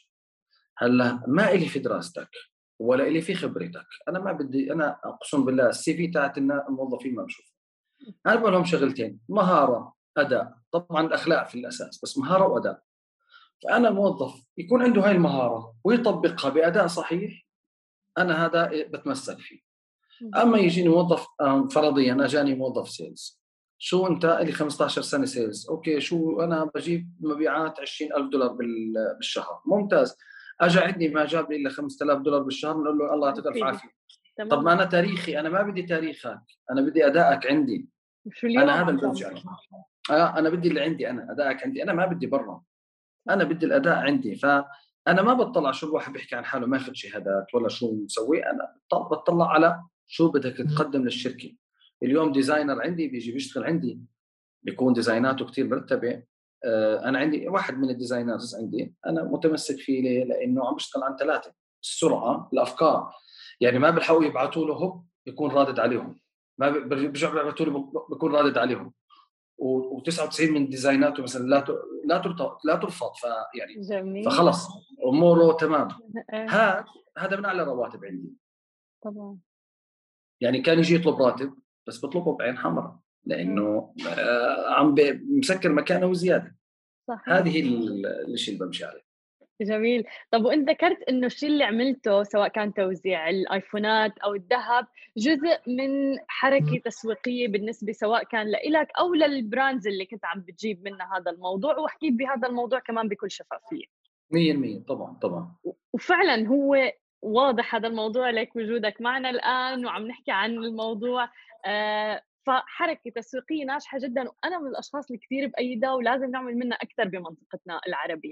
هلا ما إلي في دراستك ولا إلي في خبرتك، انا ما بدي، انا اقسم بالله السي في تاعت الموظفين ما بشوفها. انا بقول لهم شغلتين، مهاره اداء، طبعا الاخلاق في الاساس بس مهاره واداء. فانا الموظف يكون عنده هاي المهاره ويطبقها باداء صحيح، انا هذا بتمسك فيه. اما يجيني موظف آم، فرضيا اجاني موظف سيلز، شو انت لي خمسة عشر سنه سيلز، اوكي شو انا بجيب مبيعات عشرين ألف دولار بال- بالشهر، ممتاز. اجى عندي ما جاب لي الا خمسة آلاف دولار بالشهر، نقول له الله يعطيك الف أكيد. عافيه. طب تمام. ما انا تاريخي، انا ما بدي تاريخك، انا بدي ادائك عندي. شو انا اليوم هذا عم اللي تعمل؟ برجع له. آه انا بدي اللي عندي، انا ادائك عندي، انا ما بدي برا، انا بدي الاداء عندي. فانا ما بطلع شو الواحد بيحكي عن حاله ماخذ شهادات ولا شو مسوي، انا بط- بطلع على شو بدك تقدم للشركه. اليوم ديزاينر عندي بيجي بيشتغل عندي بيكون ديزايناته كثير مرتبه. آه، انا عندي واحد من الديزاينرز عندي انا متمسك فيه، ليه؟ لانه عم بشتغل عن ثلاثه، السرعه، الافكار، يعني ما بيلحقوا يبعثوا له هوب يكون رادد عليهم، ما بيرجعوا بيبعثوا له بيكون رادد عليهم. و99 من ديزايناته مثلا لا لا ترفض لا ترفض فيعني جميل. فخلص اموره تمام. إيه، هذا هذا من اعلى الرواتب عندي. طبعا. يعني كان يجي يطلب راتب بس بطلبه بعين حمراء لانه آه، عم ب- مسكر مكانه وزياده. صحيح. هذه ال- الشيء اللي بمشي عليه. جميل. طب وانت ذكرت انه الشيء اللي عملته سواء كان توزيع الايفونات او الذهب جزء من حركه تسويقيه بالنسبه سواء كان لإلك او للبراندز اللي كنت عم بتجيب منها هذا الموضوع، وحكيت بهذا الموضوع كمان بكل شفافيه. مية بالمية طبعا طبعا. وفعلا هو واضح هذا الموضوع لك وجودك معنا الان وعم نحكي عن الموضوع. آه فحركه تسويقيه ناجحه جدا، وانا من الاشخاص اللي كثير بايدها ولازم نعمل منها اكثر بمنطقتنا العربيه.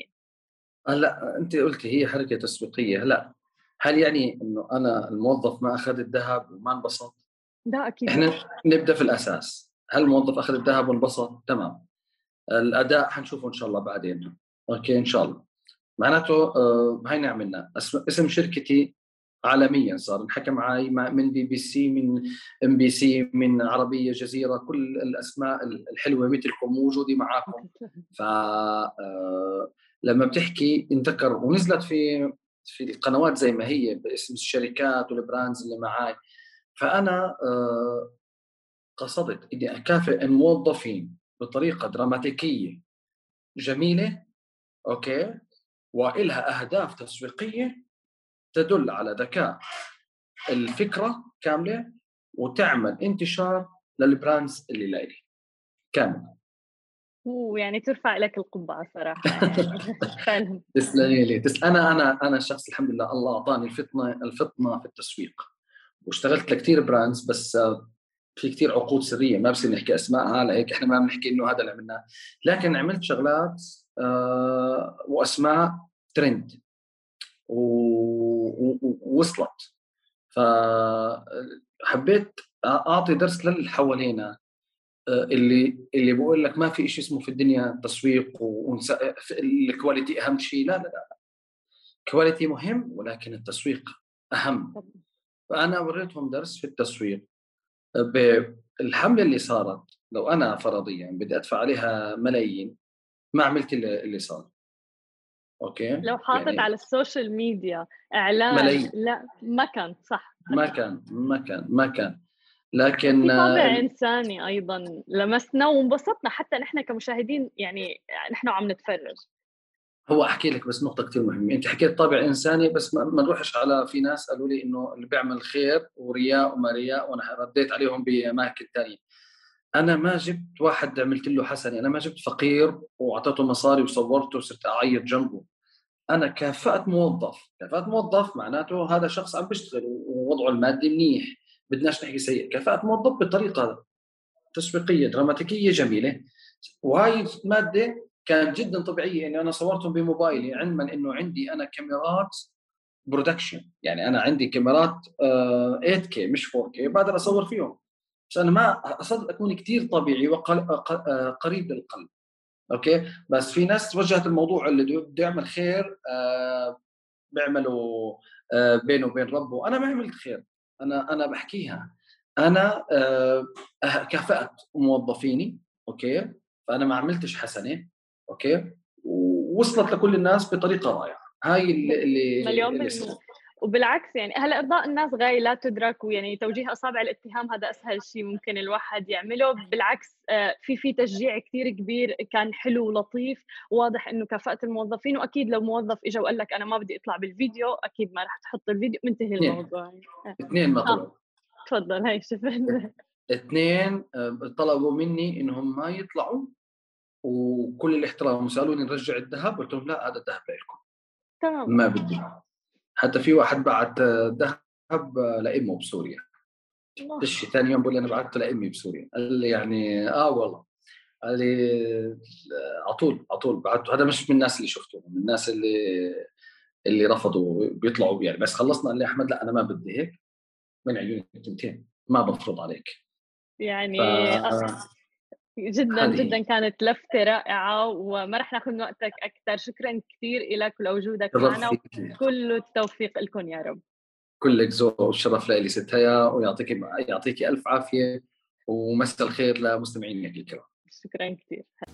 هلا انت قلتي هي حركه تسويقيه، هلا هل يعني انه انا الموظف ما اخذ الذهب وما انبسط؟ لا اكيد لا. احنا نبدا في الاساس، هل الموظف اخذ الذهب وانبسط؟ تمام. الاداء حنشوفه ان شاء الله بعدين، اوكي ان شاء الله. معناته آه، هينا عملنا اسم شركتي عالميا، صار نحكى معي من بي بي سي، من ام بي سي، من عربيه جزيره، كل الاسماء الحلوه مثلكم موجوده معاكم. ف آه، لما بتحكي انذكر ونزلت في في القنوات زي ما هي باسم الشركات والبراندز اللي معاي. فانا آه، قصدت اني اكافئ الموظفين بطريقه دراماتيكيه جميله، اوكي، والها اهداف تسويقيه تدل على ذكاء الفكره كامله وتعمل انتشار للبراندز اللي لإلي كامل. ويعني ترفع لك القبعة صراحة يعني فعلا. تسلمي لي تس... انا انا انا شخص الحمد لله الله اعطاني الفطنه الفطنه في التسويق، واشتغلت لكثير براندز، بس آه، في كثير عقود سريه ما بصير نحكي اسمائها، لهيك احنا ما بنحكي انه هذا اللي عملناه، لكن عملت شغلات آه، واسماء ترند ووصلت. فحبيت اعطي درس للي حوالينا، اللي اللي بقول لك ما في شيء اسمه في الدنيا تسويق والكواليتي اهم شيء، لا لا لا، الكواليتي مهم ولكن التسويق اهم. فانا وريتهم درس في التسويق بالحمله اللي صارت. لو انا فرضيا بدي ادفع عليها ملايين ما عملت اللي اللي صار. اوكي لو حاطط يعني على السوشيال ميديا اعلان ملايين. لا ما كان صح ما كان ما كان ما كان في لكن طابع آه، انساني ايضا لمسنا وانبسطنا حتى نحن كمشاهدين، يعني نحن عم نتفرج. هو احكي لك بس نقطه كثير مهمه. انت حكيت طابع انساني، بس ما ما نروحش على، في ناس قالوا لي انه اللي بيعمل خير ورياء وما رياء، وانا رديت عليهم باماكن ثانيه. انا ما جبت واحد عملت له حسنه، انا ما جبت فقير واعطيته مصاري وصورته وصرت اعيط جنبه. انا كافأت موظف. كافأت موظف معناته هذا شخص عم بيشتغل ووضعه المادي منيح، بدناش نحكي سيء. كافأت موظف بطريقه تسويقيه دراماتيكيه جميله، وهاي الماده كانت جدا طبيعيه اني انا صورتهم بموبايلي، علما انه عندي انا كاميرات برودكشن، يعني انا عندي كاميرات آه، ثمانية كي مش فور كي بقدر اصور فيهم. بس انا ما اصدق اكون كثير طبيعي وقريب للقلب. اوكي، بس في ناس وجهت الموضوع اللي بده يعمل خير آه، بيعملوا آه، بينه وبين ربه. انا ما عملت خير، انا انا بحكيها. انا آه، كافأت موظفيني، اوكي، فانا ما عملتش حسنه، اوكي، ووصلت لكل الناس بطريقه رائعه. هاي اللي اللي, مليون اللي بالمية. صار. وبالعكس يعني هلا ارضاء الناس غايه لا تدرك، ويعني توجيه اصابع الاتهام هذا اسهل شيء ممكن الواحد يعمله. بالعكس آه، في في تشجيع كثير كبير كان حلو ولطيف، واضح انه كفاءه الموظفين. واكيد لو موظف اجى وقال لك انا ما بدي اطلع بالفيديو، اكيد ما راح تحط الفيديو، منتهي اثنين الموضوع. اثنين ما طلعوا. تفضل هاي شفت. اثنين آه، طلبوا مني انهم ما يطلعوا، وكل الاحترام سالوني نرجع الذهب، قلت لهم لا، هذا الذهب لكم، تمام. ما بدي. حتى في واحد بعت ذهب لامه بسوريا، دش ثاني يوم بقول لي انا بعثته لامي بسوريا. قال لي يعني اه والله، قال لي على طول على طول بعثته. هذا مش من الناس اللي شفتهم، من الناس اللي اللي رفضوا بيطلعوا يعني. بس خلصنا، قال لي احمد لا انا ما بدي هيك، من عيوني كلمتين، ما بفرض عليك. يعني ف... جدا هذه جدا كانت لفتة رائعة، وما رح ناخذ من وقتك أكثر. شكرا كثير لك ولوجودك معنا، وكل التوفيق لكم يا رب. كلك ذوق والشرف لي ست هيا، ويعطيك يعطيك ألف عافية، ومساء الخير لمستمعينك الكرام. شكرا كثير.